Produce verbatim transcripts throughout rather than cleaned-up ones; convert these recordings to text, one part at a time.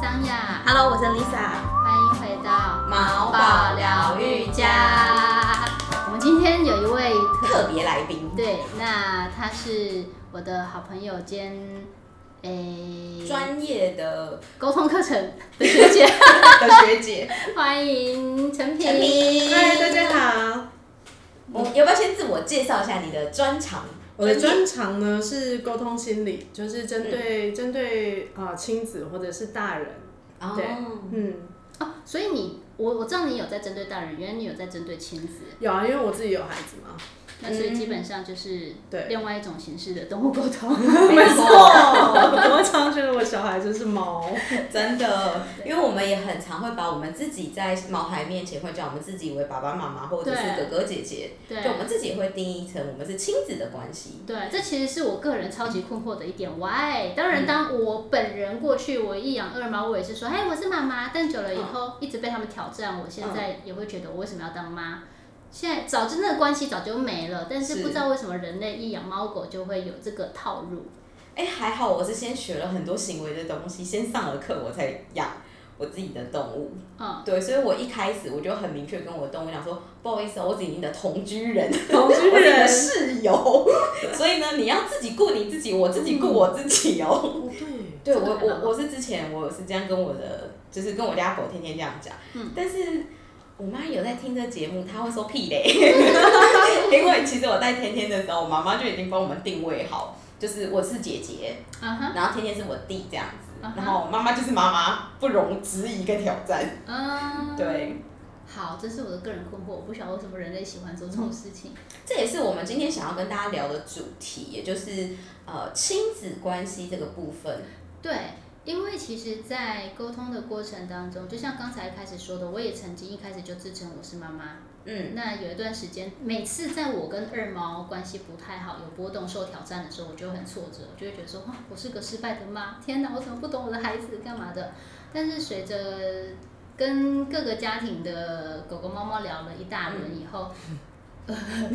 张雅 ，Hello， 我是 Lisa， 欢迎回到毛宝疗愈家。 我们今天有一位特别来宾， 对，那他是我的好朋友兼诶专业的沟通课程的学姐的学姐， 欢迎陈平。 陈平， 嗨，大家好。 我要不要先自我介绍一下你的专长？ 我的专长呢是沟通心理，就是针对针、嗯、对啊、呃、亲子或者是大人。 哦， 对，嗯， 哦，所以你我我知道你有在针对大人，原来你有在针对亲子。 有啊，因为我自己有孩子嘛。 那所以基本上就是另外一种形式的动物沟通。 没错，我常觉得我小孩就是猫， 真的，因为我们也很常会把我们自己在毛孩面前会叫我们自己为爸爸妈妈或者是哥哥姐姐，就我们自己也会定义成我们是亲子的关系。 对，这其实是我个人超级困惑的一点。Why？ 当然，当我本人过去我一养二猫，我也是说，哎，我是妈妈。但久了以后，一直被他们挑战，我现在也会觉得，我为什么要当妈？现在早就那个关系早就没了，但是不知道为什么人类一养猫狗就会有这个套路。 哎、欸，还好我是先学了很多行为的东西，先上了课我才养我自己的动物。嗯，对，所以我一开始我就很明确跟我的动物讲说，不好意思哦，我是你的同居人， 同居人， 我是你的室友，所以呢，你要自己顾你自己，我自己顾我自己哦。 嗯、 对，对我我我是之前我是这样跟我的，就是跟我家狗天天这样讲，嗯，但是。我妈有在听这节目，她会说屁嘞，因为其实我在天天的时候，我妈妈就已经帮我们定位好，就是我是姐姐， uh-huh. 然后天天是我弟这样子， uh-huh. 然后妈妈就是妈妈，不容置疑跟挑战。Uh-huh. 对， 好，这是我的个人困惑，我不晓得为什么人类喜欢做这种事情。 这也是我们今天想要跟大家聊的主题，也就是呃亲子关系这个部分。 对。因为其实，在沟通的过程当中，就像刚才开始说的，我也曾经一开始就自称我是妈妈。嗯，那有一段时间，每次在我跟二猫关系不太好、有波动、受挑战的时候，我就很挫折，我就会觉得说，哇，我是个失败的妈，天哪，我怎么不懂我的孩子干嘛的？但是随着跟各个家庭的狗狗、猫猫聊了一大轮以后。嗯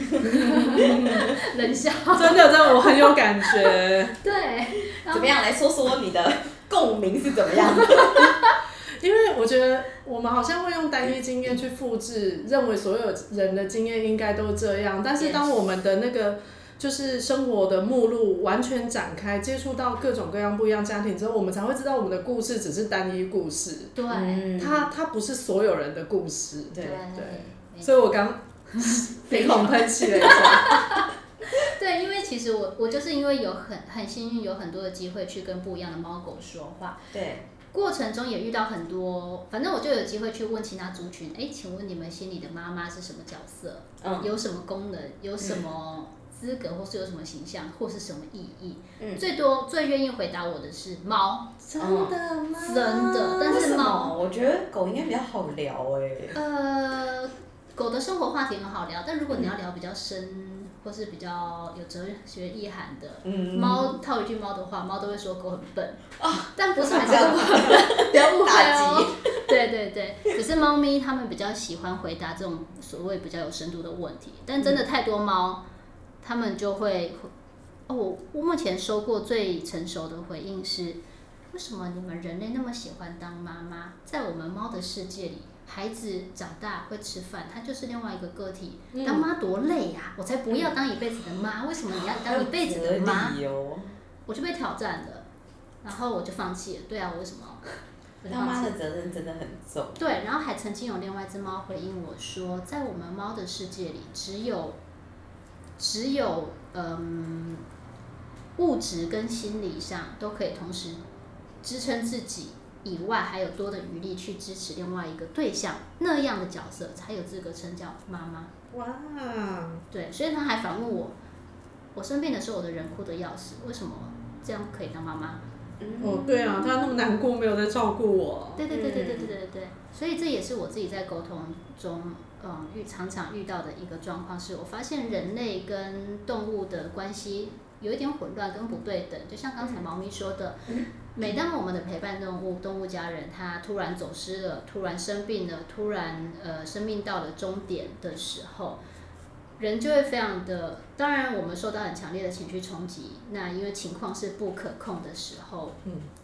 冷笑， 真的，真的，我很有感觉。 对， 怎么样？来说说你的共鸣是怎么样的？ 因为我觉得我们好像会用单一经验去复制，认为所有人的经验应该都这样。但是当我们的那个就是生活的目录完全展开，接触到各种各样不一样家庭之后，我们才会知道我们的故事只是单一故事。 对， 它它不是所有人的故事。 对对，所以我刚。鼻孔喷气了一下。 对，因为其实我我就是因为有很很幸运，有很多的机会去跟不一样的猫狗说话。 对。 过程中也遇到很多，反正我就有机会去问其他族群，哎，请问你们心里的妈妈是什么角色？嗯。有什么功能？有什么资格，或是有什么形象，或是什么意义？嗯。最多最愿意回答我的是猫。 真的吗？ 真的，但是猫， 我觉得狗应该比较好聊哎、欸。 呃。狗的生活话题很好聊，但如果你要聊比较深，嗯、或是比较有哲学意涵的，嗯、猫套一句猫的话，猫都会说狗很笨，哦、但不是每次都笨，不要误会哦。对对对，只是猫咪它们比较喜欢回答这种所谓比较有深度的问题，但真的太多猫，它们就会，哦，我我目前收过最成熟的回应是，为什么你们人类那么喜欢当妈妈？在我们猫的世界里。孩子长大会吃饭，他就是另外一个个体。当妈多累呀、啊！我才不要当一辈子的妈，为什么你要当一辈子的妈？我就被挑战了，然后我就放弃了。对啊，我为什么？ 当妈的责任真的很重。 对，然后还曾经有另外一只猫回应我说，在我们猫的世界里，只有只有嗯物质跟心理上都可以同时支撑自己。以外还有多的余力去支持另外一个对象，那样的角色才有资格称叫妈妈。 哇！ 对，所以他还反问我，我生病的时候我的人哭得要死，为什么这样可以当妈妈？ 嗯、哦，对啊，他那么难过，没有在照顾我。 对对对对对对对对，所以这也是我自己在沟通中，嗯，遇常常遇到的一个状况，是我发现人类跟动物的关系有一点混乱跟不对等，就像刚才猫咪说的。嗯每当我们的陪伴动物、动物家人，它突然走失了，突然生病了，突然呃生命到了终点的时候，人就会非常的，当然我们受到很强烈的情绪冲击。那因为情况是不可控的时候，嗯，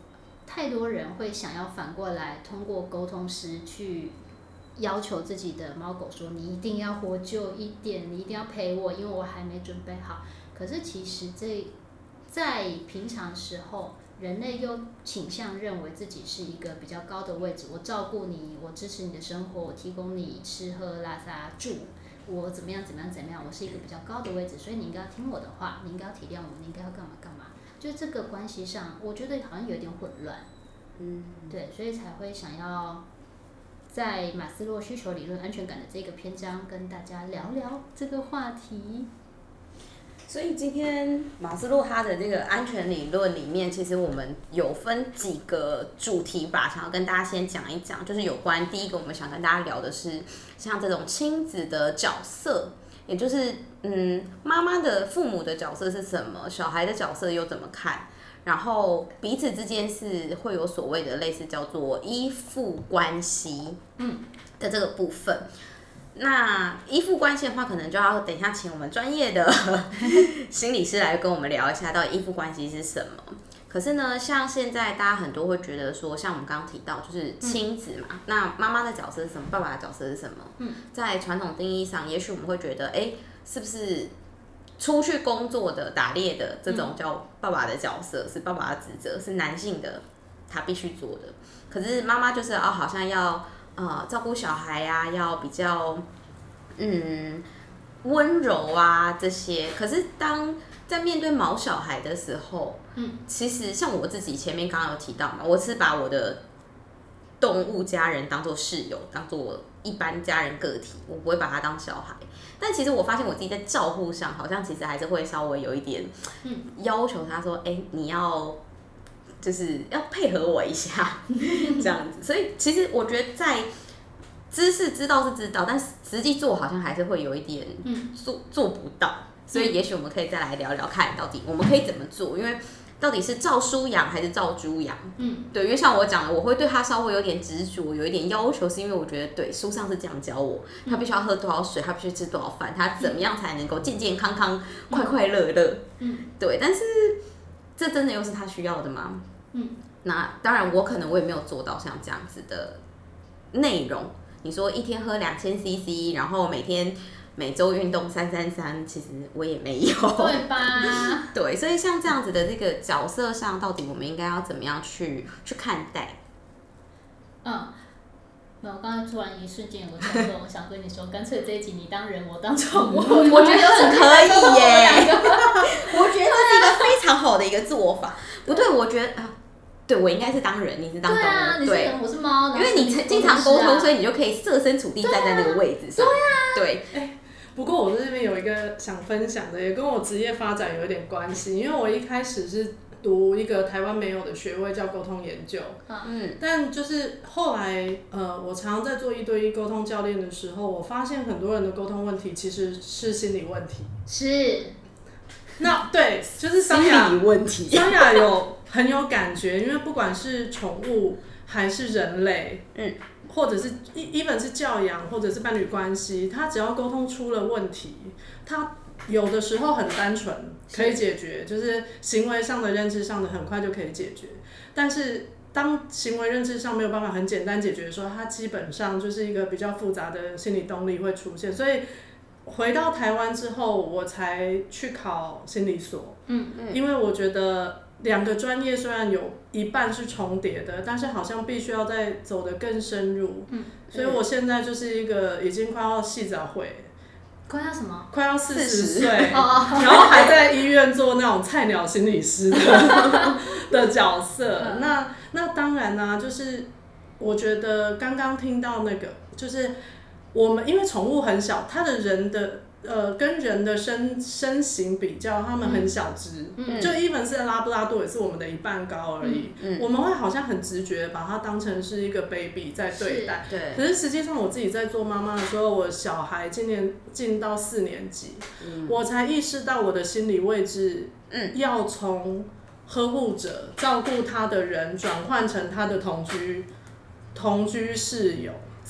太多人会想要反过来通过沟通师去要求自己的猫狗说，你一定要活久一点，你一定要陪我，因为我还没准备好。可是其实这在平常时候，人类又倾向认为自己是一个比较高的位置，我照顾你，我支持你的生活，我提供你吃喝拉撒住，我怎么样怎么样怎么样，我是一个比较高的位置，所以你应该要听我的话，你应该要体谅我，你应该要干嘛干嘛。就这个关系上，我觉得好像有点混乱。 嗯， 对，所以才会想要在马斯洛需求理论安全感的这个篇章跟大家聊聊这个话题。 所以今天马斯洛他的这个安全理论里面，其实我们有分几个主题吧，想要跟大家先讲一讲，就是有关第一个，我们想跟大家聊的是像这种亲子的角色，也就是嗯，妈妈的父母的角色是什么，小孩的角色又怎么看，然后彼此之间是会有所谓的类似叫做依附关系的这个部分。那依附关系的话，可能就要等一下请我们专业的心理师来跟我们聊一下，到底依附关系是什么。可是呢，像现在大家很多会觉得说，像我们刚刚提到，就是亲子嘛，嗯、那妈妈的角色是什么，爸爸的角色是什么？嗯，在传统定义上，也许我们会觉得，哎、欸，是不是出去工作的、打猎的这种叫爸爸的角色，是爸爸的职责，是男性的他必须做的。可是妈妈就是哦，好像要。呃，照顾小孩啊，要比较嗯温柔啊这些。可是当在面对毛小孩的时候，嗯，其实像我自己前面刚刚有提到嘛，我是把我的动物家人当作室友，当作一般家人个体，我不会把他当小孩。但其实我发现我自己在照顾上，好像其实还是会稍微有一点要求他说，哎、欸，你要。就是要配合我一下，这样子。所以其实我觉得在知识知道是知道，但实际做好像还是会有一点做做不到。所以也许我们可以再来聊聊看，到底我们可以怎么做？因为到底是照书养还是照猪养？嗯，对，因为像我讲的，我会对他稍微有点执着，有一点要求，是因为我觉得对书上是这样教我，他必须要喝多少水，他必须吃多少饭，他怎么样才能够健健康康、快快乐乐？嗯，对。但是这真的又是他需要的吗？嗯，那当然，我可能我也没有做到像这样子的内容。你说一天喝两千 C C， 然后每天每周运动三三三，其实我也没有， 对吧？ 对，所以像这样子的这个角色上，到底我们应该要怎么样去去看待？ 嗯，没有，我刚才突然一瞬间有个冲动，我想跟你说，干脆这一集你当人，我当宠物， 我觉得是可以耶。我觉得这是一个非常好的一个做法。不对，我觉得啊。对，我应该是当人，你是当动物。对啊，你是人，我是猫。 因为你经常沟通，所以你就可以设身处地站在那个位置上。 对啊。 对。 欸、不过我这边有一个想分享的，也跟我职业发展有一点关系。因为我一开始是读一个台湾没有的学位，叫沟通研究。嗯。但就是后来，呃，我常常在做一对一沟通教练的时候，我发现很多人的沟通问题其实是心理问题。 是。 那对，就是桑雅心理问题。 桑雅有。很有感觉，因为不管是宠物还是人类，嗯，或者是 even 是教养，或者是伴侣关系，它只要沟通出了问题，它有的时候很单纯，可以解决，就是行为上的、认知上的，很快就可以解决。但是当行为认知上没有办法很简单解决的时候，它基本上就是一个比较复杂的心理动力会出现。所以回到台湾之后，我才去考心理所，嗯嗯，因为我觉得。两个专业虽然有一半是重叠的，但是好像必须要再走得更深入。嗯，所以我现在就是一个已经快要细早会， 快要什么？ 快要四十岁，然后还在医院做那种菜鸟心理师的的角色。那那当然啦、啊，就是我觉得刚刚听到那个，就是我们因为宠物很小，它的人的。呃，跟人的身身形比较，他们很小只，嗯、就 even 是拉布拉多也是我们的一半高而已。嗯嗯、我们会好像很直觉把它当成是一个 baby 在对待。对。可是实际上我自己在做妈妈的时候，我小孩今年进到四年级，嗯、我才意识到我的心理位置，嗯、要从呵护者、照顾他的人转换成他的同居同居室友。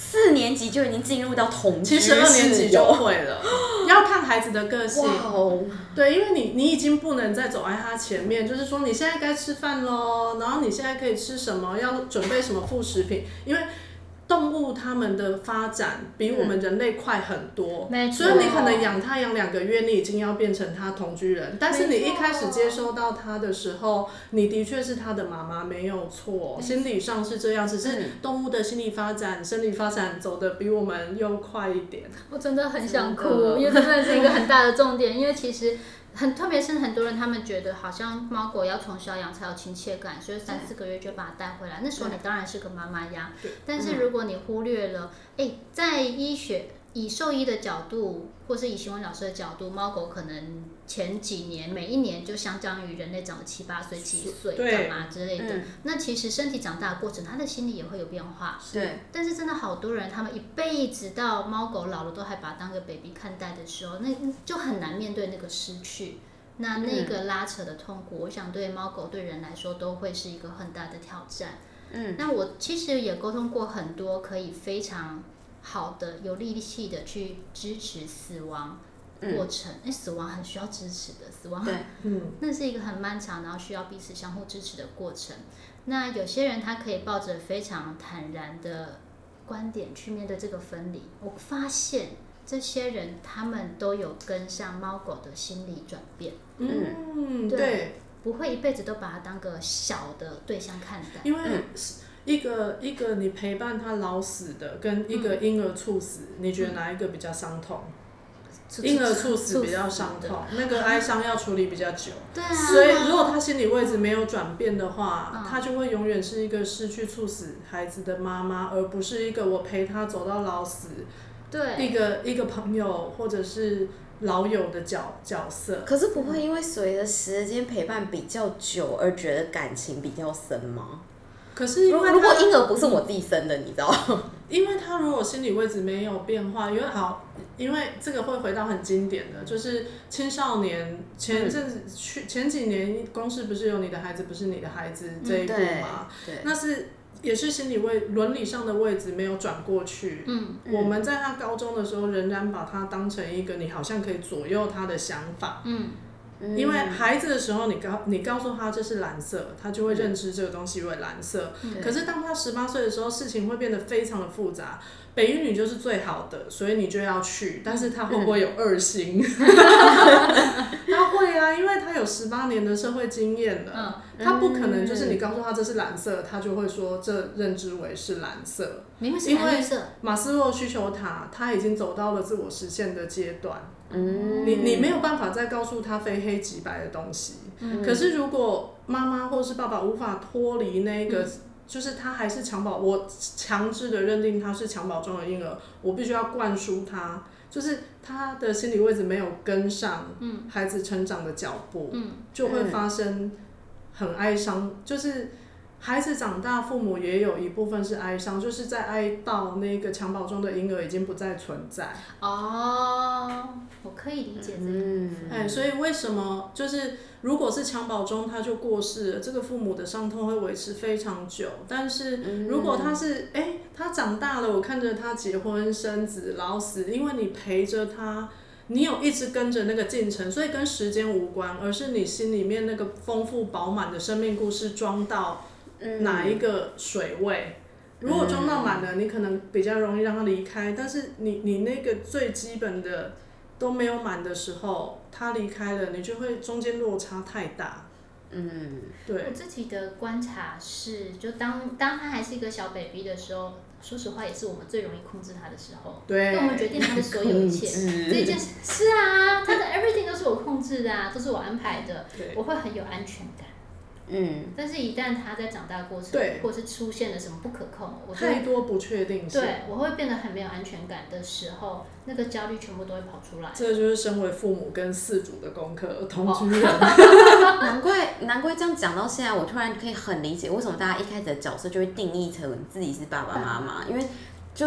四年级就已经进入到同居， 其实二年级就会了，要看孩子的个性。 Wow 对，因为你你已经不能再走在他前面，就是说你现在该吃饭咯，然后你现在可以吃什么，要准备什么副食品，因为动物它们的发展比我们人类快很多， 嗯、 所以你可能养它养两个月，你已经要变成它同居人。但是你一开始接收到它的时候，你的确是它的妈妈，没有错，心理上是这样，只是动物的心理发展、生理发展走得比我们又快一点。 我真的很想哭，因为这真的是一个很大的重点，因为其实。很特别是很多人，他们觉得好像猫狗要从小养才有亲切感，所以三四个月就把它带回来。那时候你当然是个妈妈养，但是如果你忽略了，哎、欸，在医学以兽医的角度，或是以行为老师的角度，猫狗可能前几年每一年就相当于人类长了七八岁、几岁干嘛之类的、嗯。那其实身体长大的过程，他的心理也会有变化。 对。 但是真的好多人，他们一辈子到猫狗老了都还把它当个 baby 看待的时候，那就很难面对那个失去。那那个拉扯的痛苦，我想对猫狗对人来说都会是一个很大的挑战。嗯。那我其实也沟通过很多可以非常好的、有力气的去支持死亡过程。哎、嗯，死亡很需要支持的，死亡， 对， 嗯，那是一个很漫长，然后需要彼此相互支持的过程。那有些人他可以抱着非常坦然的观点去面对这个分离。我发现这些人他们都有跟上猫狗的心理转变。 嗯，对， 对，不会一辈子都把它当个小的对象看待。 因为一个一个你陪伴他老死的，跟一个婴儿猝死，嗯、你觉得哪一个比较伤痛？嗯、婴儿猝死比较伤痛，那个哀伤要处理比较久。 对啊。 所以如果他心理位置没有转变的话，嗯、他就会永远是一个失去猝死孩子的妈妈，而不是一个我陪他走到老死。 对。 一个一个朋友或者是老友的角角色。 可是不会因为随着时间陪伴比较久而觉得感情比较深吗？ 可是因为如果婴儿不是我自己生的，你知道？ 因为他如果心理位置没有变化，因为好，因为这个会回到很经典的，就是青少年前阵子去、嗯、前几年公视不是有你的孩子不是你的孩子这一部嘛、嗯？对，那是也是心理位伦理上的位置没有转过去。嗯，我们在他高中的时候仍然把他当成一个你好像可以左右他的想法。嗯。因为孩子的时候你告你告诉他这是蓝色，他就会认知这个东西为蓝色。嗯、可是当他十八岁的时候，事情会变得非常的复杂。北一女就是最好的，所以你就要去。但是他会不会有二心？嗯、他会啊，因为他有十八年的社会经验了。嗯、他不可能就是你告诉他这是蓝色，他就会说这认知为是蓝色。 明明是蓝色。 因为马斯洛需求塔他已经走到了自我实现的阶段。嗯、你你没有办法再告诉他非黑即白的东西。嗯、可是如果妈妈或是爸爸无法脱离那个。嗯，就是他还是襁褓，我强制的认定他是襁褓中的婴儿，我必须要灌输他，就是他的心理位置没有跟上孩子成长的脚步，嗯、就会发生很哀伤，就是孩子长大，父母也有一部分是哀伤，就是在哀悼那个襁褓中的婴儿已经不再存在。 哦，我可以理解这个。嗯， 哎，所以为什么就是如果是襁褓中他就过世了，这个父母的伤痛会维持非常久。但是如果他是哎，他长大了，我看着他结婚生子老死，因为你陪着他。你有一直跟着那个进程，所以跟时间无关，而是你心里面那个丰富饱满的生命故事装到哪一个水位。嗯、如果装到满了，你可能比较容易让他离开，但是你你那个最基本的都没有满的时候，他离开了，你就会中间落差太大。嗯，对。 我自己的观察是，就当当他还是一个小 baby 的时候，说实话也是我们最容易控制他的时候。对。因为我们决定他的所有一切。这件事是啊，他的 everything 都是我控制的啊，都是我安排的。对。我会很有安全感。嗯。但是，一旦他在长大的过程，或是出现了什么不可控，我太多不确定性， 对，我会变得很没有安全感的时候，那个焦虑全部都会跑出来。 这就是身为父母跟饲主的功课，同居人。 哦、难怪难怪这样讲到现在，我突然可以很理解为什么大家一开始的角色就会定义成自己是爸爸妈妈，因为就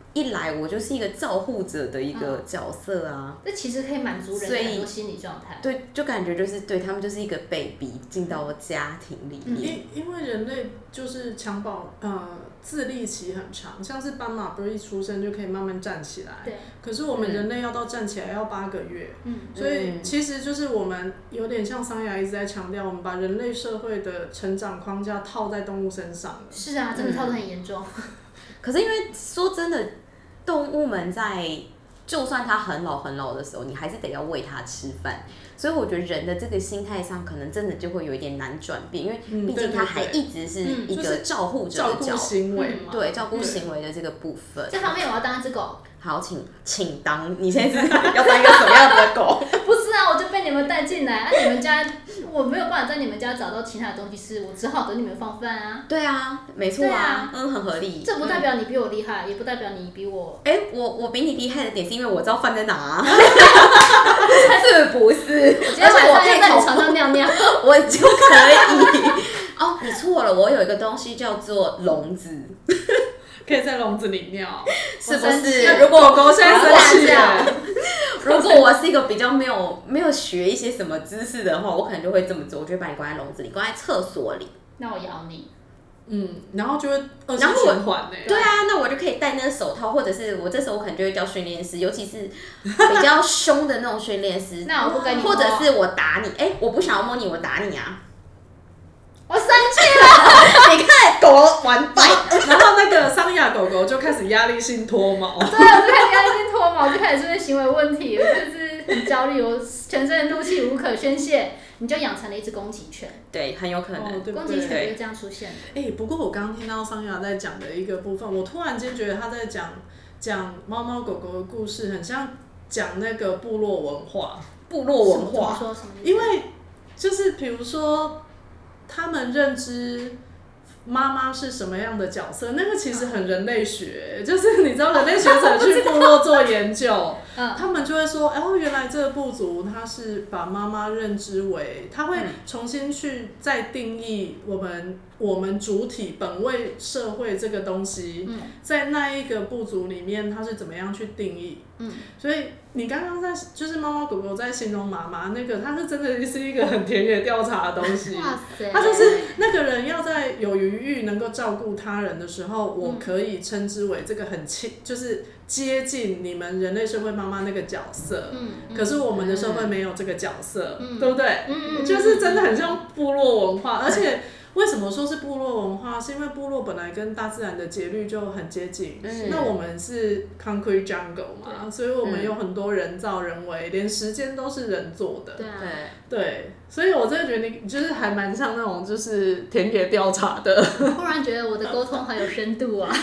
一来我就是一个照护者的一个角色啊， 这、嗯、其实可以满足人的很多心理状态。 对，就感觉就是对他们就是一个被逼进到家庭里面。 因、嗯、因为人类就是襁褓呃自立期很长，像是斑马不是一出生就可以慢慢站起来， 对。 可是我们人类要到站起来要八个月， 嗯， 所以其实就是我们有点像桑雅一直在强调，我们把人类社会的成长框架套在动物身上了。 是啊，真的套得很严重。 嗯、可是因为说真的。动物们在，就算它很老很老的时候，你还是得要喂它吃饭，所以我觉得人的这个心态上，可能真的就会有一点难转变，因为毕竟它还一直是一个照护者的角色，对照顾行为的这个部分。 这方面我要当一只狗。 好，请请当，你现在是要当一个什么样的狗？ 不是啊，我就被你们带进来，啊，你们家我没有办法在你们家找到其他的东西吃，我只好等你们放饭啊。 对啊，没错啊，嗯，很合理。 这不代表你比我厉害，嗯、也不代表你比我。 哎、欸，我我比你厉害的点是因为我知道饭在哪、啊，是不是？ 我今天晚上要在你床上尿尿， 我就可以。哦，你错了，我有一个东西叫做笼子。 可以在笼子里尿， 是不是？如果狗狗现在生气了， 如果我是一个比较没有没有学一些什么知识的话，我可能就会这么做，我就会把你关在笼子里，关在厕所里。 那我咬你。 嗯，然后就会恶性循环呢。 对啊，那我就可以戴那个手套，或者是我这时候我可能就会叫训练师，尤其是比较凶的那种训练师。 那我不跟你摸。或者是我打你，哎、欸，我不想要摸你，我打你啊。 我生气了， 你看狗完败， 然后那个桑雅狗狗就开始压力性脱毛， 对，我就开始压力性脱毛，就开始出现行为问题，我就是很焦虑，我全身的怒气无可宣泄，你就养成了一只攻击犬， 对，很有可能， 哦、对攻击犬就这样出现的。 哎、欸，不过我刚刚听到桑雅在讲的一个部分，我突然间觉得他在讲讲猫猫狗狗的故事，很像讲那个部落文化， 部落文化， 说什么？ 因为就是比如说。他们认知妈妈是什么样的角色，那个其实很人类学，就是你知道人类学者去部落做研究，他们就会说，哦，原来这个部族他是把妈妈认知为，他会重新去再定义我们我们主体本位社会这个东西，在那一个部族里面它是怎么样去定义。嗯，所以你刚刚在就是猫猫狗狗在形容妈妈那个，它是真的是一个很田野调查的东西。哇塞！它就是那个人要在有余裕能够照顾他人的时候，我可以称之为这个很亲，就是接近你们人类社会妈妈那个角色。嗯。可是我们的社会没有这个角色，嗯、对不对？嗯就是真的很像部落文化，而且。为什么说是部落文化？是因为部落本来跟大自然的节律就很接近。嗯、那我们是 concrete jungle 嘛，所以我们有很多人造人为，连时间都是人做的。 对啊。 对，所以我真的觉得你就是还蛮像那种就是田野调查的。 忽然觉得我的沟通好有深度啊！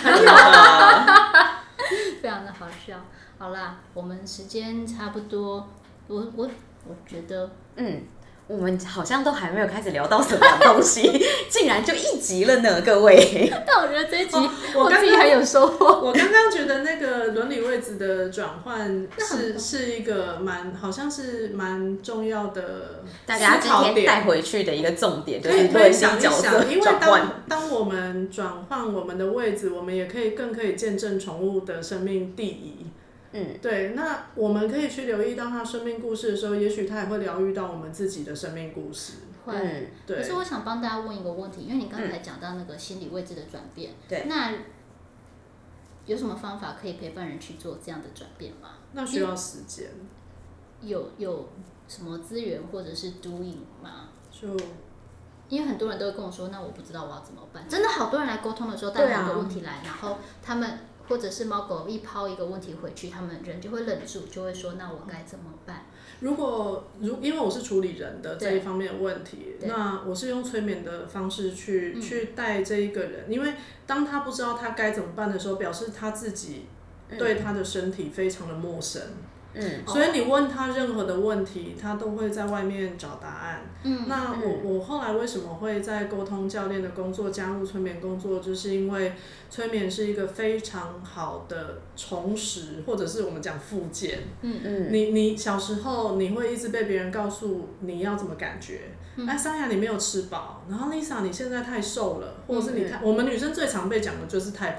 非常的好笑。好啦，我们时间差不多，我我我觉得， 嗯。我们好像都还没有开始聊到什么东西，竟然就一集了呢，各位。 但我觉得这一集、哦、我自己很有收获。 我刚刚觉得那个伦理位置的转换是是一个蛮好像是蛮重要的， 大家今天带回去的一个重点，就是可以想一想，因为当当我们转换我们的位置，我们也可以更可以见证宠物的生命地移。嗯，对，那我们可以去留意到他生命故事的时候，也许他也会疗愈到我们自己的生命故事。 会，嗯、对。可是我想帮大家问一个问题，因为你刚才讲到那个心理位置的转变，对、嗯，那有什么方法可以陪伴人去做这样的转变吗？ 那需要时间。 有有什么资源或者是 doing 吗？ 就因为很多人都会跟我说，那我不知道我要怎么办。真的好多人来沟通的时候，带很多问题来，啊、然后他们。或者是猫狗一抛一个问题回去，他们人就会愣住，就会说：“那我该怎么办？” 如果如因为我是处理人的这一方面的问题，那我是用催眠的方式去、嗯、去带这一个人，因为当他不知道他该怎么办的时候，表示他自己对他的身体非常的陌生。嗯，所以你问他任何的问题，他都会在外面找答案。嗯，那我我后来为什么会在沟通教练的工作加入催眠工作，就是因为催眠是一个非常好的重拾，或者是我们讲复健。嗯嗯，你你小时候你会一直被别人告诉你要怎么感觉，哎、嗯，桑雅你没有吃饱，然后 Lisa 你现在太瘦了，或者是你太，嗯、我们女生最常被讲的就是太胖嘛。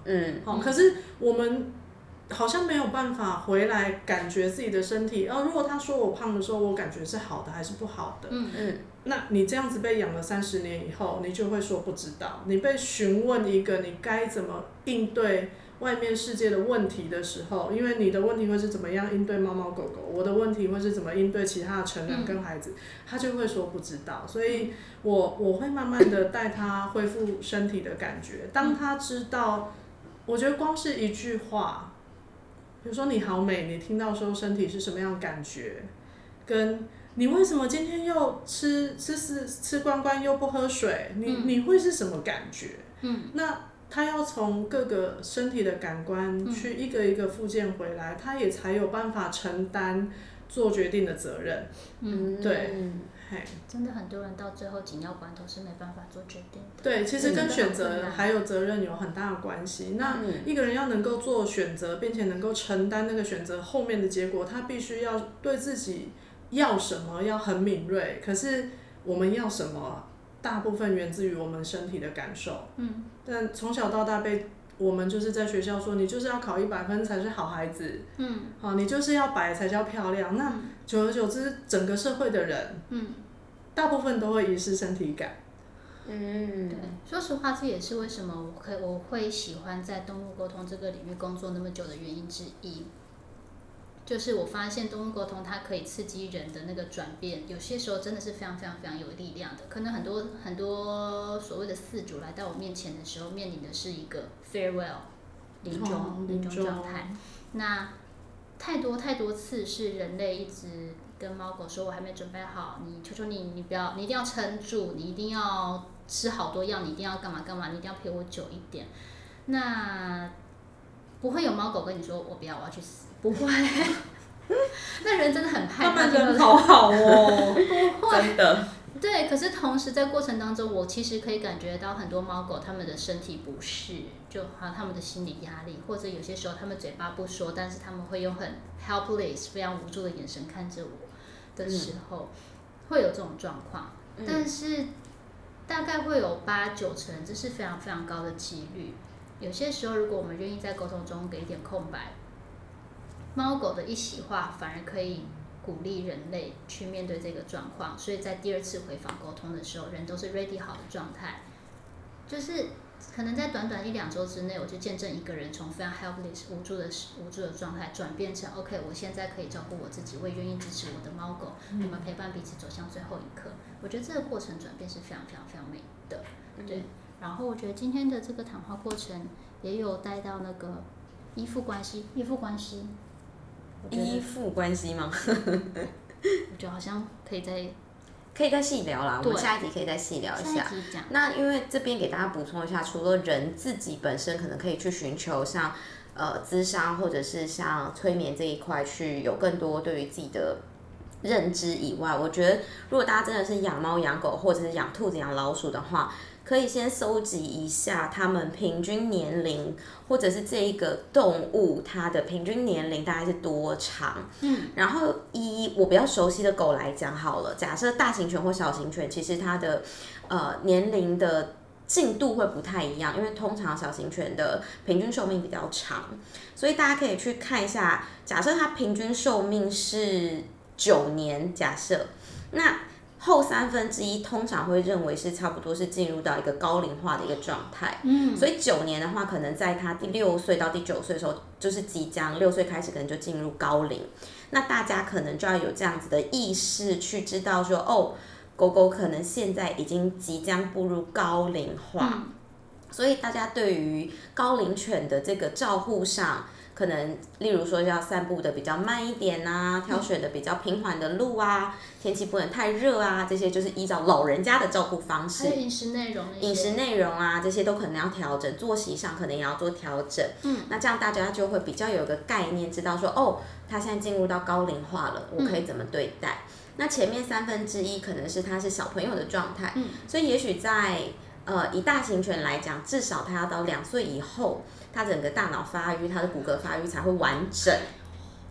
嗯，好，可是我们好像没有办法回来感觉自己的身体。哦，如果他说我胖的时候，我感觉是好的还是不好的？嗯嗯。那你这样子被养了三十年以后，你就会说不知道。你被询问一个你该怎么应对外面世界的问题的时候，因为你的问题会是怎么样应对猫猫狗狗，我的问题会是怎么应对其他的成人跟孩子，嗯、他就会说不知道。所以我我会慢慢的带他恢复身体的感觉。当他知道，我觉得光是一句话，比如说你好美，你听到说身体是什么样的感觉，跟你为什么今天又吃吃吃吃关关又不喝水？你、嗯、你会是什么感觉？嗯，那他要从各个身体的感官去一个一个复健回来，嗯、他也才有办法承担做决定的责任。嗯，对，嗯、 真的很多人到最后紧要关头是没办法做决定的。 对，其实跟选择还有责任有很大的关系。那一个人要能够做选择，并且能够承担那个选择后面的结果，他必须要对自己要什么要很敏锐。可是我们要什么，大部分源自于我们身体的感受。嗯，但从小到大被我们就是在学校说，你就是要考一百分才是好孩子。嗯，好，你就是要白才叫漂亮。那久而久之，整个社会的人，嗯，大部分都会遗失身体感。 嗯，对，说实话，这也是为什么我可以我会喜欢在动物沟通这个领域工作那么久的原因之一。就是我发现动物沟通它可以刺激人的那个转变，有些时候真的是非常非常非常有力量的。可能很多很多所谓的饲主来到我面前的时候，面临的是一个 farewell 临终临终状态。那太多太多次是人类一直跟猫狗说，我还没准备好，你求求你，你不要，你一定要撑住，你一定要吃好多药，你一定要干嘛干嘛，你一定要陪我久一点。那不会有猫狗跟你说我不要，我要去死，不会。那人真的很害怕， 他们人好好哦， 不会， 真的。 对，可是同时在过程当中，我其实可以感觉到很多猫狗它们的身体不适，就还有他们的心理压力，或者有些时候他们嘴巴不说，但是他们会用很 helpless 非常无助的眼神看着我的时候，嗯、会有这种状况。嗯、但是大概会有八九成，这是非常非常高的几率。有些时候，如果我们愿意在沟通中给一点空白，猫狗的一席话反而可以鼓励人类去面对这个状况。所以在第二次回访沟通的时候，人都是 ready 好的状态，就是可能在短短一两周之内，我就见证一个人从非常 helpless 无助的无助的状态，转变成 OK， 我现在可以照顾我自己，我也愿意支持我的猫狗，嗯、我们陪伴彼此走向最后一刻。我觉得这个过程转变是非常非常非常美的，对。然后我觉得今天的这个谈话过程也有带到那个依附关系，依附关系， 依附关系吗？ 我觉得好像可以再可以再细聊啦，我们下一集可以再细聊一下。那因为这边给大家补充一下，除了人自己本身可能可以去寻求像呃諮商或者是像催眠这一块去有更多对于自己的认知以外，我觉得如果大家真的是养猫养狗或者是养兔子养老鼠的话，可以先搜集一下它们平均年龄，或者是这一个动物它的平均年龄大概是多长。嗯，然后以我比较熟悉的狗来讲好了，假设大型犬或小型犬，其实它的呃年龄的进度会不太一样，因为通常小型犬的平均寿命比较长，所以大家可以去看一下，假设它平均寿命是九年，假设那后三分之一通常会认为是差不多是进入到一个高龄化的一个状态，嗯，所以九年的话，可能在他第六岁到第九岁的时候，就是即将六岁开始可能就进入高龄。那大家可能就要有这样子的意识去知道说，哦，狗狗可能现在已经即将步入高龄化，嗯、所以大家对于高龄犬的这个照护上，可能例如说要散步的比较慢一点啊，挑选的比较平缓的路啊，天气不能太热啊，这些就是依照老人家的照顾方式。 还有饮食内容那些。 饮食内容啊，这些都可能要调整，作息上可能也要做调整。嗯，那这样大家就会比较有个概念，知道说哦，他现在进入到高龄化了，我可以怎么对待。嗯、那前面三分之一可能是他是小朋友的状态，嗯、所以也许在呃以大型犬来讲，至少他要到两岁以后。它整个大脑发育，它的骨骼发育才会完整。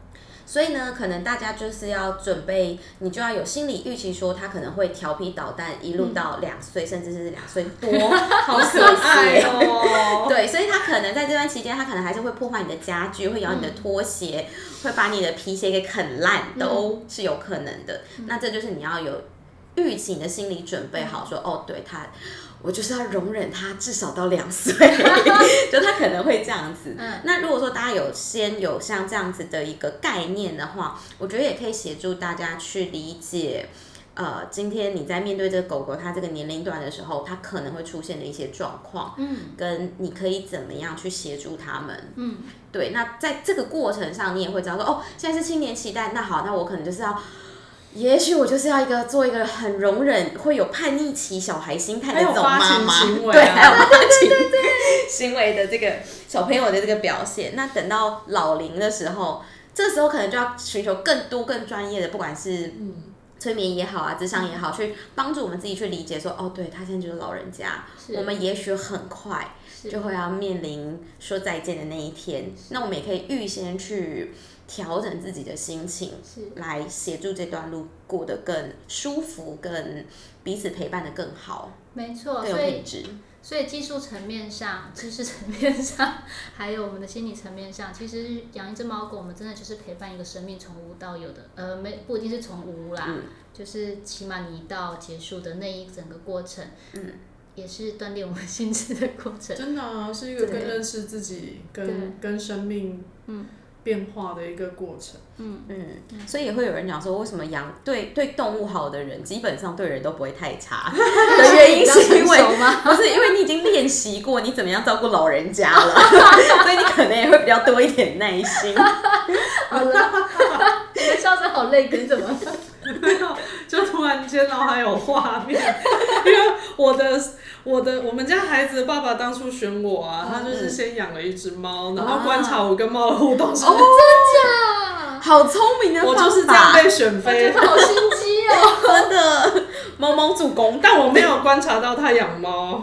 所以呢，可能大家就是要准备，你就要有心理预期，说他可能会调皮捣蛋，一路到两岁、嗯，甚至是两岁多，好可爱哦。对，所以他可能在这段期间，他可能还是会破坏你的家具，会咬你的拖鞋，嗯、会把你的皮鞋给啃烂，都是有可能的。嗯、那这就是你要有预期，你的心理准备好说，说哦，对他。我就是要容忍他至少到两岁，就他可能会这样子。嗯、那如果说大家有先有像这样子的一个概念的话，我觉得也可以协助大家去理解，呃，今天你在面对这个狗狗它这个年龄段的时候，它可能会出现的一些状况，嗯，跟你可以怎么样去协助他们，嗯，对。那在这个过程上，你也会知道说，哦，现在是青年期待，那好，那我可能就是要。也许我就是要一个做一个很容忍会有叛逆期小孩心态的这种妈妈，对，还有发情行为的这个小朋友的这个表现。那等到老龄的时候，这时候可能就要寻求更多更专业的，不管是催眠也好啊，諮商也好，去帮助我们自己去理解说，哦，对，他现在就是老人家，我们也许很快就会要面临说再见的那一天。那我们也可以预先去。调整自己的心情，来协助这段路过得更舒服，更彼此陪伴得更好。 没错， 更有品质。 所以技术层面上、知识层面上，还有我们的心理层面上，其实养一只猫狗，我们真的就是陪伴一个生命从无到有的，呃，没不一定是从无啦，嗯、就是起码你到结束的那一整个过程，嗯。也是锻炼我们心智的过程。 真的啊，是一个更认识自己、跟跟生命，嗯。变化的一个过程， 嗯嗯，所以也会有人讲说，为什么养对对动物好的人，基本上对人都不会太差的原因，是因为不是因为你已经练习过你怎么样照顾老人家了，所以你可能也会比较多一点耐心。 好了，你的笑声好累，你怎么？ 没有，就突然间脑海有画面，因为我的我的我们家孩子的爸爸当初选我啊，他就是先养了一只猫，然后观察我跟猫的互动是。 哦，真假？ 好聪明的方法。 我就是这样被选飞。 我觉得好心机哦。 真的，猫猫助攻， 但我没有观察到他养猫。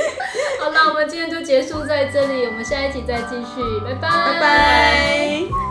好了，我们今天就结束在这里，我们下一集再继续，拜拜。 拜拜。